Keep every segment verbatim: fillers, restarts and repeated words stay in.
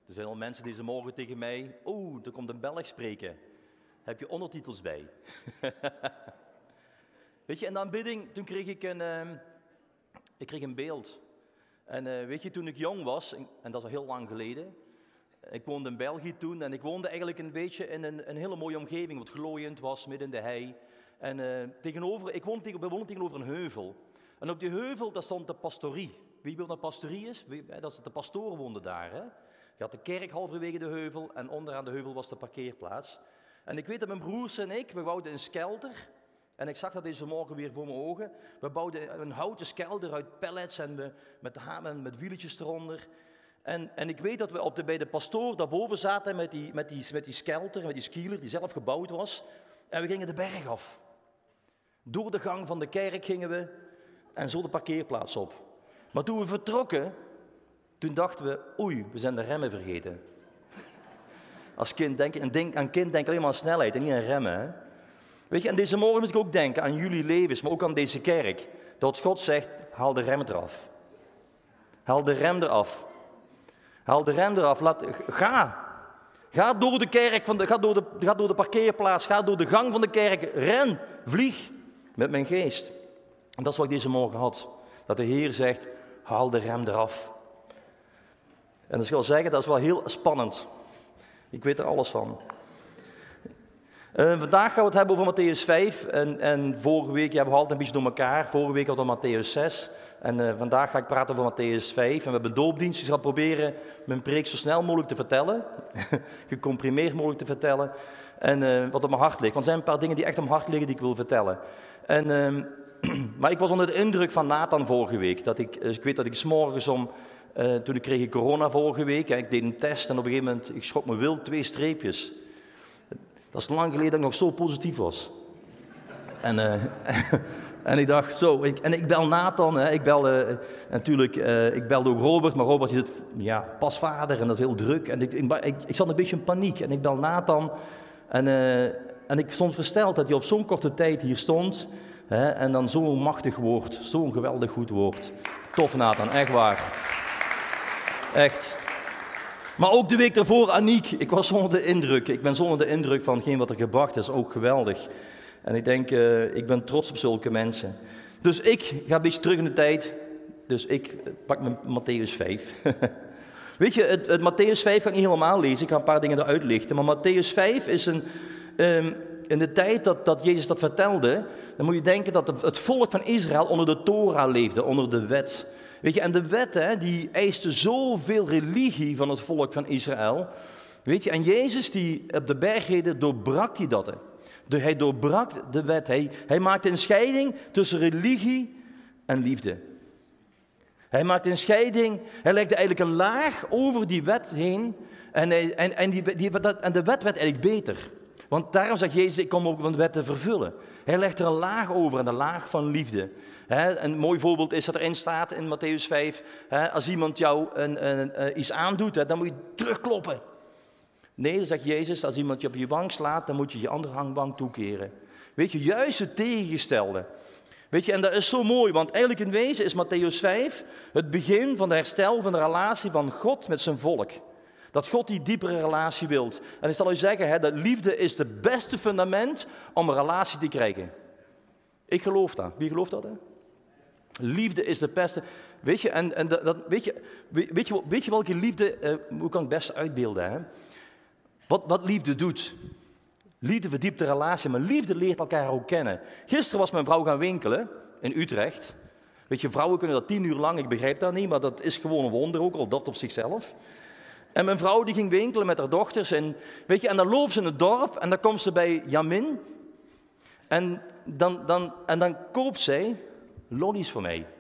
Er zijn al mensen deze morgen tegen mij, oh, er komt een Belg spreken. Heb je ondertitels bij? Weet je, in de aanbidding, toen kreeg ik een, uh, ik kreeg een beeld. En uh, weet je, toen ik jong was, en, en dat is al heel lang geleden, ik woonde in België toen en ik woonde eigenlijk een beetje in een, een hele mooie omgeving, wat glooiend was, midden in de hei. En uh, tegenover, ik woonde, tegen, we woonden tegenover een heuvel. En op die heuvel, daar stond de pastorie. Weet je wat een pastorie is? Dat is de pastoren woonden daar, hè? Je had de kerk halverwege de heuvel en onderaan de heuvel was de parkeerplaats. En ik weet dat mijn broers en ik, we bouwden een skelter. En ik zag dat deze morgen weer voor mijn ogen. We bouwden een houten skelter uit pallets en we, met, hamen, met wieletjes eronder. En, en ik weet dat we op de, bij de pastoor daarboven zaten met die, met, die, met die skelter, met die skieler die zelf gebouwd was. En we gingen de berg af. Door de gang van de kerk gingen we en zo de parkeerplaats op. Maar toen we vertrokken, toen dachten we, oei, we zijn de remmen vergeten. Als kind denken, een, denk, een kind denkt alleen maar aan snelheid en niet aan remmen. Hè? Weet je, en deze morgen moet ik ook denken aan jullie levens, maar ook aan deze kerk. Dat God zegt, haal de rem eraf. Haal de rem eraf. Haal de rem eraf. Laat, ga. Ga door de kerk, van de, ga, door de, ga door de parkeerplaats, ga door de gang van de kerk. Ren, vlieg met mijn geest. En dat is wat ik deze morgen had. Dat de Heer zegt, haal de rem eraf. En dat wil zeggen, dat is wel heel spannend. Ik weet er alles van. Uh, vandaag gaan we het hebben over Mattheüs vijf. En, en vorige week, ja, we hadden het een beetje door elkaar. Vorige week hadden we Mattheüs zes. En uh, vandaag ga ik praten over Mattheüs vijf. En we hebben een doopdienst. Dus ik zal proberen mijn preek zo snel mogelijk te vertellen. Gecomprimeerd mogelijk te vertellen. En uh, wat op mijn hart ligt. Want er zijn een paar dingen die echt op mijn hart liggen die ik wil vertellen. En, uh, maar ik was onder de indruk van Nathan vorige week. Dat ik, uh, ik weet dat ik 's morgens om... Uh, toen ik kreeg ik corona vorige week. En ik deed een test en op een gegeven moment, ik schrok me wild, twee streepjes. Dat is lang geleden dat ik nog zo positief was. En, uh, en ik dacht zo, ik, en ik bel Nathan, hè, ik bel uh, natuurlijk, uh, ik belde ook Robert, maar Robert is ja, pasvader en dat is heel druk. En ik, ik, ik, ik zat een beetje in paniek en ik bel Nathan en, uh, en ik stond versteld dat hij op zo'n korte tijd hier stond. Hè, en dan zo'n machtig woord, zo'n geweldig goed woord. Tof Nathan, echt waar. Echt. Maar ook de week daarvoor, Aniek. Ik was zonder de indruk. Ik ben zonder de indruk van hetgeen wat er gebracht is. Ook geweldig. En ik denk, uh, ik ben trots op zulke mensen. Dus ik ga een beetje terug in de tijd. Dus ik pak mijn Mattheüs vijf. Weet je, het, het Mattheüs vijf ga ik niet helemaal lezen. Ik ga een paar dingen eruit lichten. Maar Mattheüs vijf is een... Um, in de tijd dat, dat Jezus dat vertelde, dan moet je denken dat het volk van Israël onder de Torah leefde, onder de wet. Weet je, en de wet, hè, die eiste zoveel religie van het volk van Israël. Weet je, en Jezus, die op de bergreden, doorbrak hij dat. Hè. De, hij doorbrak de wet. Hij, hij maakte een scheiding tussen religie en liefde. Hij maakte een scheiding, hij legde eigenlijk een laag over die wet heen. En, hij, en, en, die, die, en de wet werd eigenlijk beter. Want daarom zegt Jezus, ik kom ook om de wet te vervullen. Hij legt er een laag over, een laag van liefde. He, een mooi voorbeeld is dat erin staat in Mattheüs vijf. He, als iemand jou een, een, een, iets aandoet, he, dan moet je terugkloppen. Nee, dan zegt Jezus, als iemand je op je wang slaat, dan moet je je andere hangbank toekeren. Weet je, juist het tegengestelde. Weet je, en dat is zo mooi, want eigenlijk in wezen is Mattheüs vijf het begin van de herstel van de relatie van God met zijn volk. Dat God die diepere relatie wilt. En ik zal u zeggen, hè, dat liefde is het beste fundament om een relatie te krijgen. Ik geloof dat. Wie gelooft dat? Hè? Liefde is de beste. Weet je, en, en dat, dat, weet je, weet je, weet je welke liefde, uh, hoe kan ik het best uitbeelden? Hè? Wat, wat liefde doet. Liefde verdiept de relatie, maar liefde leert elkaar ook kennen. Gisteren was mijn vrouw gaan winkelen in Utrecht. Weet je, vrouwen kunnen dat tien uur lang, ik begrijp dat niet, maar dat is gewoon een wonder ook, al dat op zichzelf. En mijn vrouw die ging winkelen met haar dochters. En, weet je, en dan loopt ze in het dorp en dan komt ze bij Jamin. En dan, dan, en dan koopt zij lollies voor mij.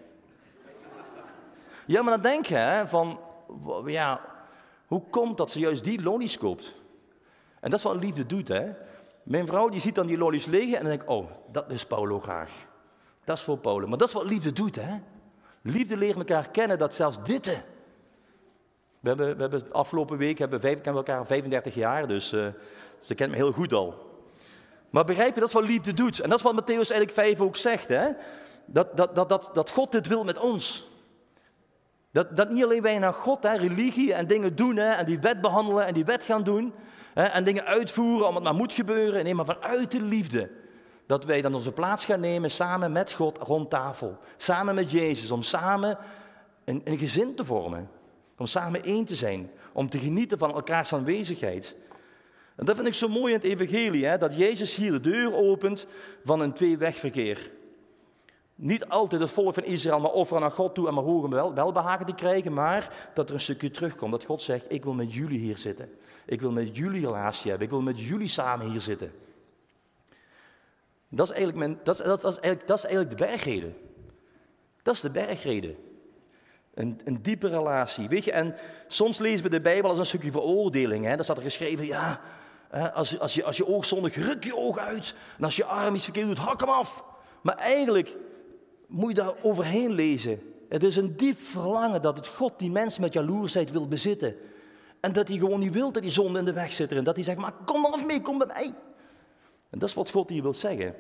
Ja, maar dan denk je hè, van, ja, hoe komt dat ze juist die lollies koopt? En dat is wat liefde doet, hè. Mijn vrouw die ziet dan die lollies liggen en dan denkt, oh, dat is Paulo graag. Dat is voor Paulo. Maar dat is wat liefde doet, hè. Liefde leert elkaar kennen dat zelfs dit... We hebben, we hebben afgelopen week hebben vijf, kennen we elkaar vijfendertig jaar, dus uh, ze kent me heel goed al. Maar begrijp je, dat is wat liefde doet. En dat is wat Mattheüs eigenlijk vijf ook zegt, hè? Dat, dat, dat, dat, dat God dit wil met ons. Dat, dat niet alleen wij naar God, hè, religie en dingen doen, hè, en die wet behandelen en die wet gaan doen, hè, en dingen uitvoeren omdat het maar moet gebeuren. Nee, maar vanuit de liefde. Dat wij dan onze plaats gaan nemen samen met God rond tafel. Samen met Jezus, om samen een, een gezin te vormen. Om samen één te zijn. Om te genieten van elkaars aanwezigheid. En dat vind ik zo mooi in het evangelie, hè, dat Jezus hier de deur opent van een tweewegverkeer. Niet altijd het volk van Israël maar offeren naar God toe en maar horen wel, welbehagen te krijgen, maar dat er een stukje terugkomt. Dat God zegt, ik wil met jullie hier zitten. Ik wil met jullie relatie hebben. Ik wil met jullie samen hier zitten. Dat is eigenlijk, mijn, dat is, dat is eigenlijk, dat is eigenlijk de bergrede. Dat is de bergrede. Een, een diepe relatie. Weet je, en soms lezen we de Bijbel als een stukje veroordeling. Hè? Dan staat er geschreven, ja, als, als, je, als je oog zondig, ruk je oog uit. En als je arm iets verkeerd doet, hak hem af. Maar eigenlijk moet je daar overheen lezen. Het is een diep verlangen dat het God die mens met jaloersheid wil bezitten. En dat hij gewoon niet wil dat die zonde in de weg zit. En dat hij zegt, maar kom af mee, kom bij mij. En dat is wat God hier wil zeggen.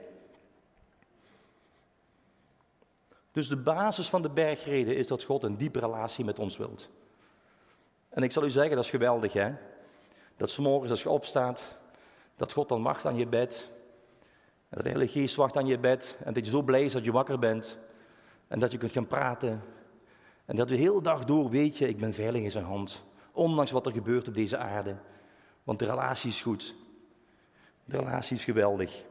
Dus de basis van de bergrede is dat God een diepe relatie met ons wilt. En ik zal u zeggen, dat is geweldig, hè. Dat 's morgens als je opstaat, dat God dan wacht aan je bed. En dat de Heilige Geest wacht aan je bed. En dat je zo blij is dat je wakker bent. En dat je kunt gaan praten. En dat de hele dag door weet je, ik ben veilig in zijn hand. Ondanks wat er gebeurt op deze aarde. Want de relatie is goed. De relatie is geweldig.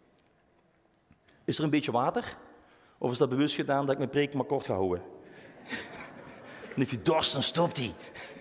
Is er een beetje water? Of is dat bewust gedaan dat ik mijn preek maar kort ga houden? En als je dorst, dan stopt die.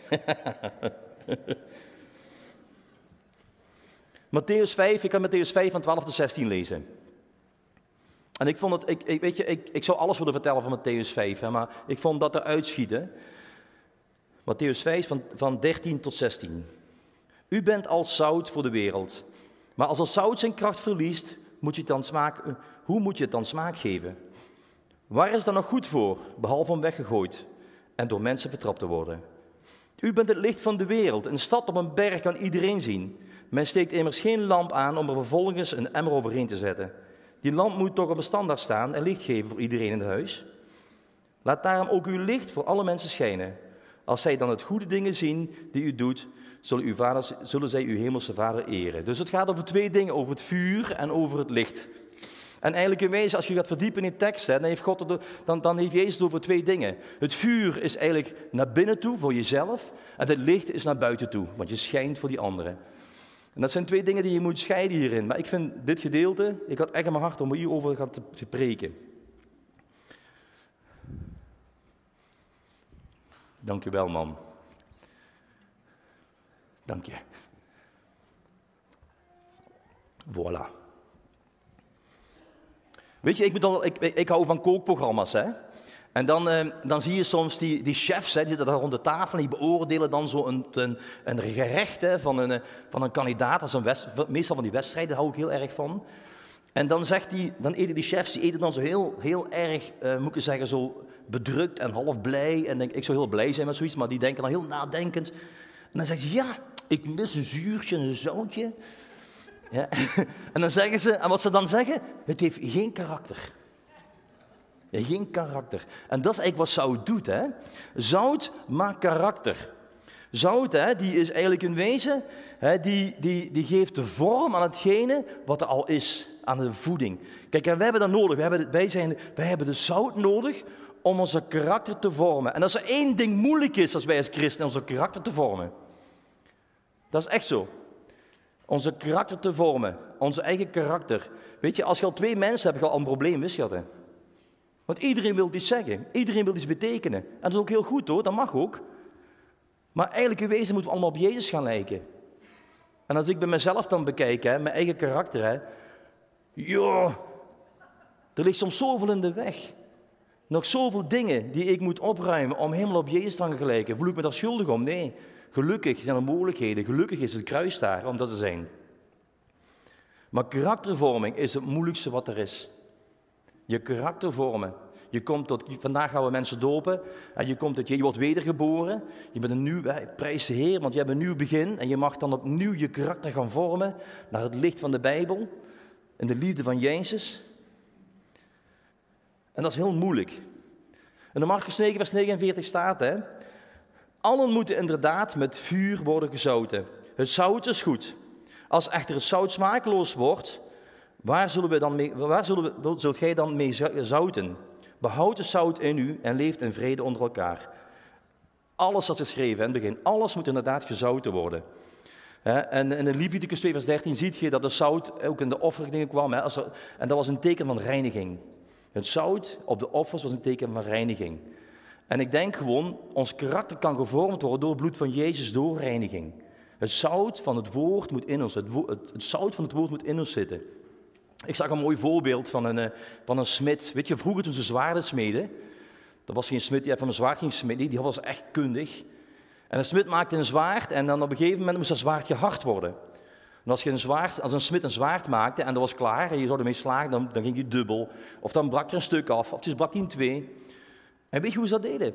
Mattheüs vijf, ik kan Mattheüs vijf van twaalf tot zestien lezen. En ik vond het, ik, ik, weet je, ik, ik zou alles willen vertellen van Mattheüs vijf, hè, maar ik vond dat eruit schieten. Mattheüs vijf van, van dertien tot zestien. U bent als zout voor de wereld. Maar als het zout zijn kracht verliest, moet je het dan smaak, hoe moet je het dan smaak geven? Waar is het dan nog goed voor, behalve om weggegooid en door mensen vertrapt te worden? U bent het licht van de wereld. Een stad op een berg kan iedereen zien. Men steekt immers geen lamp aan om er vervolgens een emmer overheen te zetten. Die lamp moet toch op een standaard staan en licht geven voor iedereen in het huis. Laat daarom ook uw licht voor alle mensen schijnen. Als zij dan het goede dingen zien die u doet, zullen, uw vader, zullen zij uw hemelse Vader eren. Dus het gaat over twee dingen, over het vuur en over het licht. En eigenlijk in wezen, als je gaat verdiepen in de tekst, hè, dan, heeft God er, dan, dan heeft Jezus het over twee dingen. Het vuur is eigenlijk naar binnen toe, voor jezelf. En het licht is naar buiten toe, want je schijnt voor die anderen. En dat zijn twee dingen die je moet scheiden hierin. Maar ik vind dit gedeelte, ik had echt in mijn hart om hierover te gaan te, te preken. Dank je wel, man. Dank je. Voilà. Weet je, ik, moet dan, ik, ik hou van kookprogramma's, hè. En dan, eh, dan zie je soms die, die chefs, hè, die zitten daar rond de tafel en die beoordelen dan zo een, een, een gerecht hè, van, een, van een kandidaat. Dat is een west, meestal van die wedstrijden, daar hou ik heel erg van. En dan, zegt die, dan eten die chefs, die eten dan zo heel, heel erg, uh, moet ik zeggen, zo bedrukt en half blij. En denk, ik zou heel blij zijn met zoiets, maar die denken dan heel nadenkend. En dan zeggen ze, ja, ik mis een zuurtje en een zoutje. Ja. En dan zeggen ze, en wat ze dan zeggen, het heeft geen karakter. Ja, geen karakter. En dat is eigenlijk wat zout doet, hè. Zout maakt karakter. Zout, hè, die is eigenlijk in wezen, hè, die, die, die geeft de vorm aan hetgene wat er al is, aan de voeding. Kijk, en wij hebben dat nodig. Wij hebben, wij, zijn, wij hebben de zout nodig om onze karakter te vormen. En als er één ding moeilijk is als wij als christenen onze karakter te vormen. Dat is echt zo. Onze karakter te vormen, onze eigen karakter. Weet je, als je al twee mensen hebt, heb je al een probleem, wist je dat? Hè? Want iedereen wil iets zeggen, iedereen wil iets betekenen. En dat is ook heel goed hoor, dat mag ook. Maar eigenlijk in wezen moeten we allemaal op Jezus gaan lijken. En als ik bij mezelf dan bekijk, hè, mijn eigen karakter, hè, joh, er ligt soms zoveel in de weg. Nog zoveel dingen die ik moet opruimen om helemaal op Jezus te gaan gelijken. Voel ik me daar schuldig om? Nee. Gelukkig zijn er mogelijkheden. Gelukkig is het kruis daar om dat te zijn. Maar karaktervorming is het moeilijkste wat er is. Je karakter vormen. Je komt tot, vandaag gaan we mensen dopen. En je, komt tot, je wordt wedergeboren. Je bent een nieuw, prijs de Heer, want je hebt een nieuw begin. En je mag dan opnieuw je karakter gaan vormen naar het licht van de Bijbel. En de liefde van Jezus. En dat is heel moeilijk. In de Markus negen, vers negenenveertig staat, hè, allen moeten inderdaad met vuur worden gezouten. Het zout is goed. Als echter het zout smakeloos wordt, waar, zullen we dan mee, waar zullen we, zult gij dan mee zouten? Behoud de zout in u en leeft in vrede onder elkaar. Alles dat is geschreven in het begin, alles moet inderdaad gezouten worden. En in Leviticus twee vers dertien ziet je dat de zout ook in de offerdingen kwam. En dat was een teken van reiniging. Het zout op de offers was een teken van reiniging. En ik denk gewoon, ons karakter kan gevormd worden door het bloed van Jezus, door reiniging. Het zout van het woord moet in ons, het, wo- het, het zout van het woord moet in ons zitten. Ik zag een mooi voorbeeld van een, van een smid. Weet je, vroeger toen ze zwaarden smeden, dat was geen smid die van een zwaard ging smeden, die was echt kundig. En een smid maakte een zwaard en dan op een gegeven moment moest dat zwaard gehard worden. En als, je een zwaard, als een smid een zwaard maakte en dat was klaar en je zou ermee slagen, dan, dan ging die dubbel. Of dan brak er een stuk af, of dus brak die in twee. En weet je hoe ze dat deden?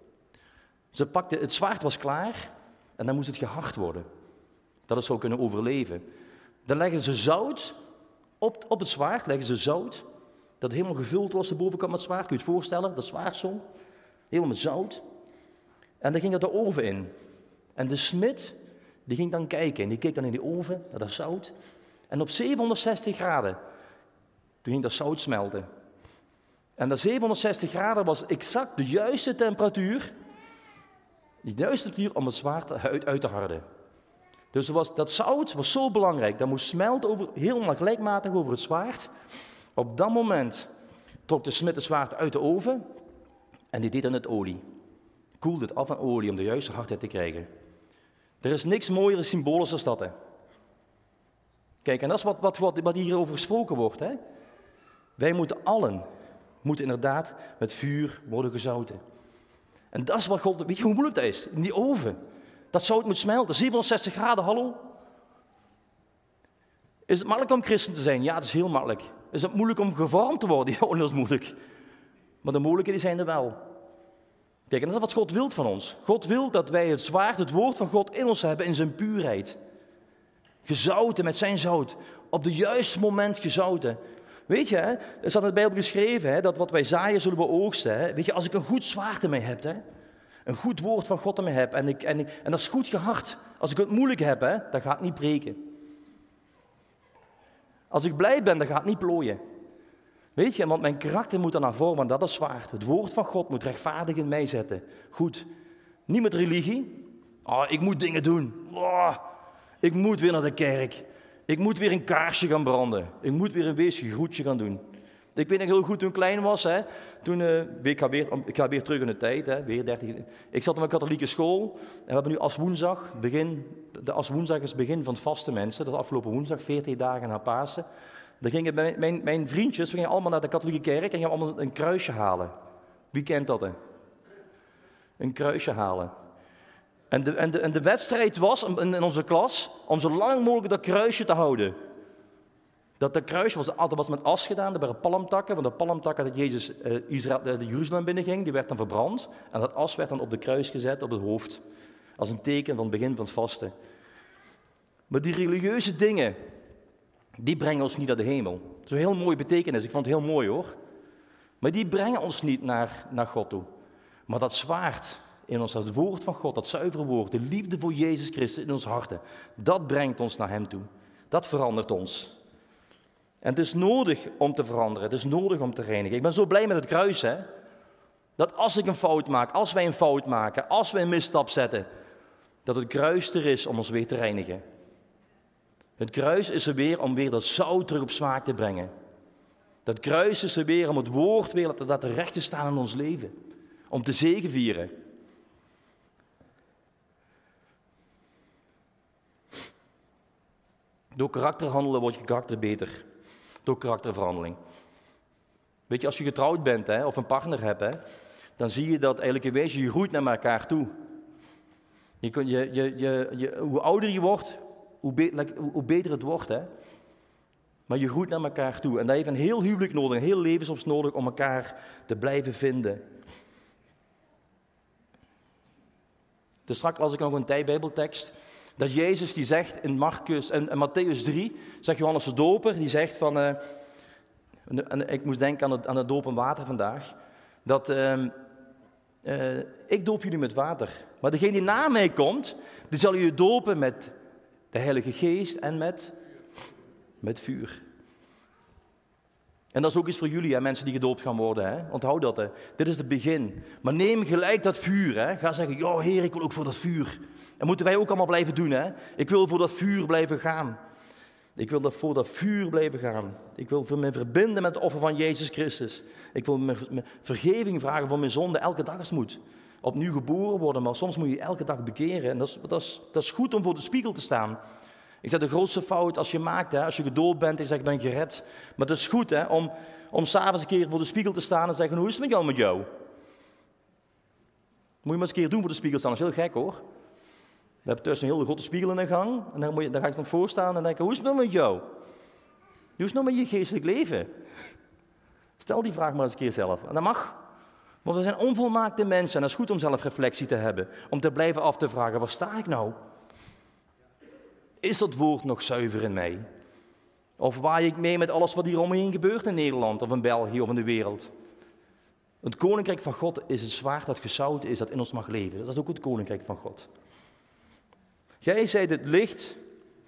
Ze pakten, het zwaard was klaar en dan moest het gehard worden. Dat het zou kunnen overleven. Dan leggen ze zout op, op het zwaard, leggen ze zout. Dat helemaal gevuld was, de bovenkant met zwaard. Kun je het voorstellen, dat zwaard zo. Helemaal met zout. En dan ging dat de oven in. En de smid, die ging dan kijken. En die keek dan in die oven, naar dat zout. En op zevenhonderdzestig graden, toen ging dat zout smelten. En dat zevenhonderdzestig graden was exact de juiste temperatuur. De juiste temperatuur om het zwaard uit, uit te harden. Dus was, dat zout was zo belangrijk. Dat moest smelten over, helemaal gelijkmatig over het zwaard. Op dat moment trok de smid het zwaard uit de oven. En die deed dan het olie. Koelde het af aan olie om de juiste hardheid te krijgen. Er is niks mooier symbolisch als dat. Hè. Kijk, en dat is wat, wat, wat, wat hierover gesproken wordt. Hè. Wij moeten allen, moeten inderdaad met vuur worden gezouten. En dat is wat God, weet je hoe moeilijk dat is? In die oven. Dat zout moet smelten, zevenhonderdzestig graden, hallo. Is het makkelijk om christen te zijn? Ja, het is heel makkelijk. Is het moeilijk om gevormd te worden? Ja, dat is moeilijk. Maar de mogelijkheden zijn er wel. Kijk, en dat is wat God wil van ons. God wil dat wij het zwaard, het woord van God in ons hebben in zijn puurheid. Gezouten met zijn zout. Op het juiste moment gezouten. Weet je, hè, er staat in de Bijbel geschreven, hè, dat wat wij zaaien zullen we oogsten. Hè. Weet je, als ik een goed zwaard in mij heb, hè, een goed woord van God in mij heb, en, ik, en, ik, en dat is goed gehard. Als ik het moeilijk heb, hè, dan gaat het niet breken. Als ik blij ben, dan gaat het niet plooien. Weet je, want mijn karakter moet er naar voren, want dat is zwaard. Het woord van God moet rechtvaardig in mij zetten. Goed, niet met religie. Oh, ik moet dingen doen. Oh, ik moet weer naar de kerk. Ik moet weer een kaarsje gaan branden. Ik moet weer een weesje groetje gaan doen. Ik weet nog heel goed toen ik klein was. Hè, toen, uh, ik, ga weer, ik ga weer terug in de tijd. Hè, weer dertig, ik zat op een katholieke school. En we hebben nu aswoensdag. Begin, de aswoensdag is het begin van het vaste mensen. Dat is afgelopen woensdag, veertien dagen na Pasen. Dan gingen mijn, mijn, mijn vriendjes, we gingen allemaal naar de katholieke kerk en gingen allemaal een kruisje halen. Wie kent dat? Hè? Een kruisje halen. En de, en, de, en de wedstrijd was in, in onze klas om zo lang mogelijk dat kruisje te houden. Dat, dat kruisje was altijd was met as gedaan, er waren palmtakken, want de palmtakken dat Jezus uh, Israël, uh, de Jeruzalem binnenging, die werd dan verbrand. En dat as werd dan op de kruis gezet, op het hoofd. Als een teken van het begin van het vasten. Maar die religieuze dingen, die brengen ons niet naar de hemel. Dat is een heel mooie betekenis, ik vond het heel mooi hoor. Maar die brengen ons niet naar, naar God toe. Maar dat zwaard in ons, het woord van God, dat zuivere woord, de liefde voor Jezus Christus in ons harten, dat brengt ons naar hem toe. Dat verandert ons. En het is nodig om te veranderen, het is nodig om te reinigen. Ik ben zo blij met het kruis, hè. Dat als ik een fout maak, als wij een fout maken, als wij een misstap zetten, dat het kruis er is om ons weer te reinigen. Het kruis is er weer om weer dat zout terug op smaak te brengen. Dat kruis is er weer om het woord weer dat, dat terecht te staan in ons leven. Om te zegevieren. Door karakterhandelen wordt je karakter beter. Door karakterverhandeling. Weet je, als je getrouwd bent hè, of een partner hebt, hè, dan zie je dat eigenlijk in wezen je groeit naar elkaar toe. Je, kun, je, je, je, je, hoe ouder je wordt, hoe, be, hoe beter het wordt. Hè. Maar je groeit naar elkaar toe. En dat heeft een heel huwelijk nodig, een heel levensop nodig om elkaar te blijven vinden. Dus straks las ik nog een bijbeltekst. Dat Jezus die zegt in Marcus en, en Matthäus drie, zegt Johannes de Doper, die zegt van, uh, en, en ik moest denken aan het, aan het doop en water vandaag, dat, uh, uh, ik doop jullie met water. Maar degene die na mij komt, die zal jullie dopen met de Heilige Geest en met, met vuur. En dat is ook iets voor jullie, hè, mensen die gedoopt gaan worden. Hè. Onthoud dat, hè. Dit is het begin. Maar neem gelijk dat vuur. Hè. Ga zeggen, ja Heer, ik wil ook voor dat vuur. Dat moeten wij ook allemaal blijven doen. Hè. Ik wil voor dat vuur blijven gaan. Ik wil voor dat vuur blijven gaan. Ik wil me verbinden met het offer van Jezus Christus. Ik wil me vergeving vragen voor mijn zonde elke dag als het moet. Opnieuw geboren worden, maar soms moet je elke dag bekeren. En dat is, dat is, dat is goed om voor de spiegel te staan. Ik zeg, de grootste fout als je maakt, hè, als je gedoopt bent, ik zeg, ik ben gered. Maar het is goed hè, om, om s'avonds een keer voor de spiegel te staan en zeggen, hoe is het met jou met jou? Moet je maar eens een keer doen voor de spiegel staan, dat is heel gek hoor. We hebben thuis een hele grote spiegel in de gang, en dan, moet je, dan ga ik nog voor staan en denken, hoe is het nou met jou? Hoe is het nou met je geestelijk leven? Stel die vraag maar eens een keer zelf, en dat mag. Want we zijn onvolmaakte mensen en dat is goed om zelfreflectie te hebben. Om te blijven af te vragen, waar sta ik nou? Is dat woord nog zuiver in mij? Of waai ik mee met alles wat hier omheen gebeurt in Nederland of in België of in de wereld? Het koninkrijk van God is het zwaard dat gezouten is, dat in ons mag leven. Dat is ook het koninkrijk van God. Jij zijt het licht.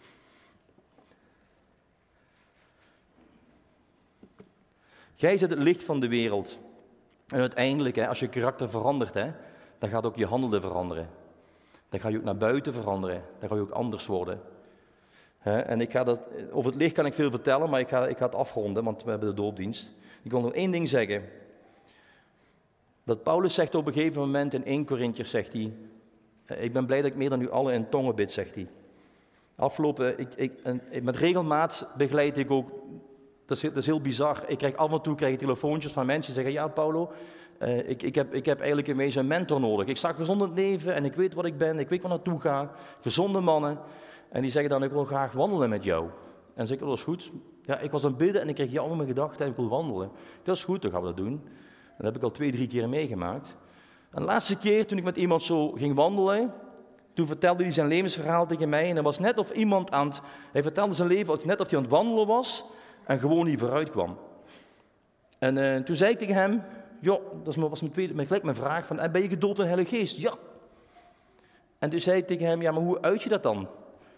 Jij zijt het licht van de wereld. En uiteindelijk, hè, als je karakter verandert, hè, dan gaat ook je handelen veranderen. Dan ga je ook naar buiten veranderen. Dan ga je ook anders worden. He, en ik ga dat, over het licht kan ik veel vertellen, maar ik ga, ik ga het afronden, want we hebben de doopdienst. Ik wil nog één ding zeggen. Dat Paulus zegt op een gegeven moment in Eerste Korintiërs, zegt hij, ik ben blij dat ik meer dan u allen in tongen bid, zegt hij. Afgelopen, ik, ik, en, met regelmaat begeleid ik ook, dat is, dat is heel bizar, ik krijg af en toe krijg ik telefoontjes van mensen die zeggen, ja Paulo, uh, ik, ik, heb, ik heb eigenlijk een wezen een mentor nodig. Ik sta gezond in het leven en ik weet wat ik ben, ik weet waar naartoe ga, gezonde mannen. En die zeggen dan, ik wil graag wandelen met jou. En dan zeg ik, oh, dat is goed. Ja, ik was aan het bidden en ik kreeg jou in mijn gedachten en ik wil wandelen. Dat is goed, dan gaan we dat doen. Dat heb ik al twee, drie keer meegemaakt. En de laatste keer, toen ik met iemand zo ging wandelen, toen vertelde hij zijn levensverhaal tegen mij. En dat was net of iemand aan het, hij vertelde zijn leven net of hij aan het wandelen was en gewoon niet vooruit kwam. En uh, toen zei ik tegen hem, joh, dat was mijn, tweede, mijn, gelijk mijn vraag, van, ben je gedoopt in de Heilige Geest? Ja. En toen zei ik tegen hem, ja, maar hoe uit je dat dan?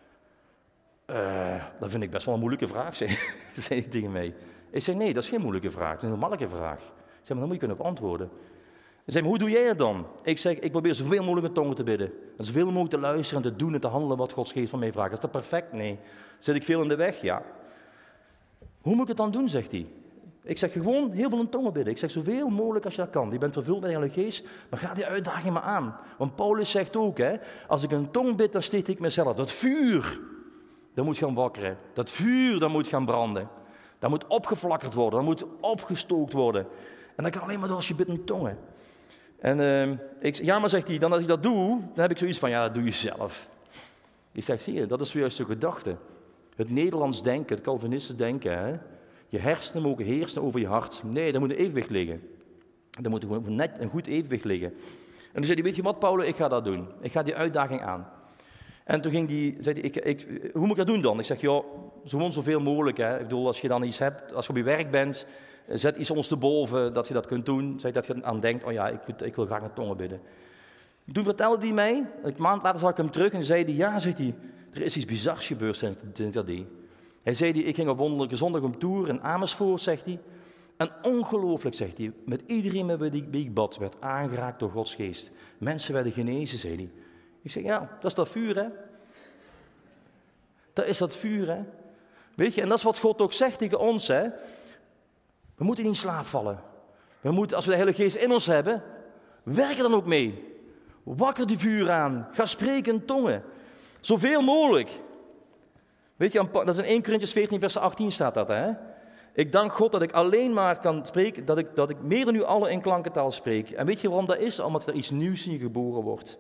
Uh, dat vind ik best wel een moeilijke vraag, zei, zei hij tegen mij. Ik zeg, nee, dat is geen moeilijke vraag, dat is een normale vraag. Ik zeg, maar dan moet je kunnen op antwoorden. Hij zei, maar hoe doe jij het dan? Ik zeg, ik probeer zoveel mogelijk in tongen te bidden. En zoveel mogelijk te luisteren en te doen en te handelen wat Gods geest van mij vraagt. Is dat perfect? Nee. Zit ik veel in de weg? Ja. Hoe moet ik het dan doen, zegt hij. Ik zeg, gewoon heel veel in tongen bidden. Ik zeg, zoveel mogelijk als je dat kan. Je bent vervuld met de Heilige Geest, maar ga die uitdaging maar aan. Want Paulus zegt ook, hè, als ik een tong bid, dan sticht ik mezelf. Dat vuur, dat moet gaan wakkeren. Dat vuur, dat moet gaan branden. Dat moet opgeflakkerd worden, dat moet opgestookt worden. En dat kan alleen maar door als je bidt in tongen. En uh, ik, ja, maar zegt hij, dan als ik dat doe, dan heb ik zoiets van, ja, dat doe je zelf. Ik zeg, zie je, dat is juist de gedachte. Het Nederlands denken, het Calvinistisch denken, hè. Je hersenen mogen heersen over je hart. Nee, daar moet een evenwicht liggen. Daar moet gewoon net een goed evenwicht liggen. En toen zei hij, weet je wat, Paulo, ik ga dat doen. Ik ga die uitdaging aan. En toen ging die, zei hij, ik, ik, hoe moet ik dat doen dan? Ik zeg, ja, gewoon zoveel mogelijk. Hè. Ik bedoel, als je dan iets hebt, als je op je werk bent, zet iets ondersteboven dat je dat kunt doen. Zeg dat je aan denkt, oh ja, ik, ik wil graag naar tongen bidden. Toen vertelde hij mij, een maand later zag ik hem terug en zei hij, ja, zegt hij, er is iets bizars gebeurd sinds ik dat deed. Hij zei, ik ging op wonderlijke zondag op tour in Amersfoort, zegt hij. En ongelooflijk, zegt hij, met iedereen met wie ik bad werd aangeraakt door Gods geest. Mensen werden genezen, zei hij. Ik zeg, ja, dat is dat vuur, hè. Dat is dat vuur, hè. Weet je, en dat is wat God ook zegt tegen ons, hè. We moeten niet in slaap vallen. We moeten, als we de Heilige Geest in ons hebben, werk er dan ook mee. Wakker die vuur aan. Ga spreken in tongen. Zoveel mogelijk. Weet je, dat is in Eerste Korintiërs veertien, vers achttien staat dat, hè. Ik dank God dat ik alleen maar kan spreken, dat ik, dat ik meer dan u allen in klankentaal spreek. En weet je waarom dat is? Omdat er iets nieuws in je geboren wordt.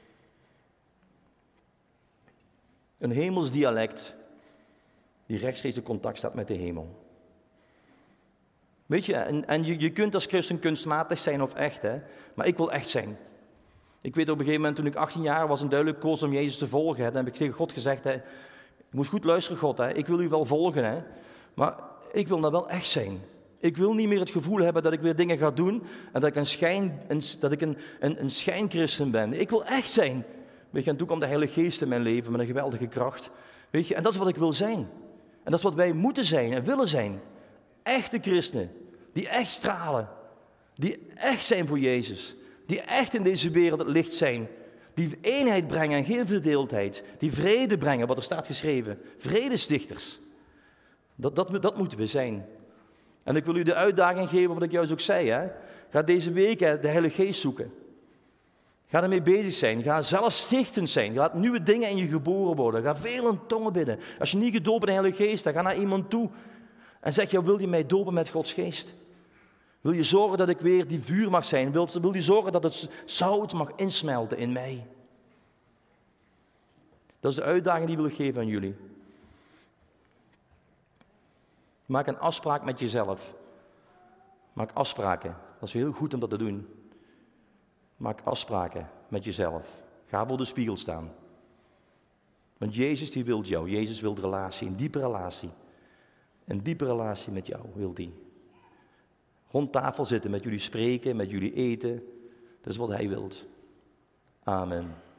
Een hemels dialect die rechtstreeks in contact staat met de hemel. Weet je, en, en je, je kunt als christen kunstmatig zijn of echt, hè, maar ik wil echt zijn. Ik weet op een gegeven moment, toen ik achttien jaar was en duidelijk koos om Jezus te volgen, hè, dan heb ik tegen God gezegd, hè, je moet goed luisteren God, hè, ik wil u wel volgen, hè, maar ik wil nou wel echt zijn. Ik wil niet meer het gevoel hebben dat ik weer dingen ga doen en dat ik een, schijn, een, dat ik een, een, een schijnchristen ben. Ik wil echt zijn. Weet je, en toen kwam de Heilige Geest in mijn leven met een geweldige kracht. Weet je, en dat is wat ik wil zijn. En dat is wat wij moeten zijn en willen zijn. Echte christenen, die echt stralen. Die echt zijn voor Jezus. Die echt in deze wereld het licht zijn. Die eenheid brengen en geen verdeeldheid. Die vrede brengen, wat er staat geschreven. Vredestichters. Dat, dat, dat moeten we zijn. En ik wil u de uitdaging geven wat ik juist ook zei. Hè? Ga deze week hè, de Heilige Geest zoeken. Ga ermee bezig zijn. Ga zelf stichtend zijn. Laat nieuwe dingen in je geboren worden. Ga veel in tongen bidden. Als je niet gedoopt bent in de Heilige Geest, dan ga naar iemand toe. En zeg je, wil je mij dopen met Gods Geest? Wil je zorgen dat ik weer die vuur mag zijn? Wil, wil je zorgen dat het zout mag insmelten in mij? Dat is de uitdaging die ik wil geven aan jullie. Maak een afspraak met jezelf. Maak afspraken. Dat is heel goed om dat te doen. Maak afspraken met jezelf. Ga voor de spiegel staan. Want Jezus die wil jou. Jezus wil de relatie, een diepe relatie. Een diepe relatie met jou wil die. Rond tafel zitten, met jullie spreken, met jullie eten. Dat is wat hij wil. Amen.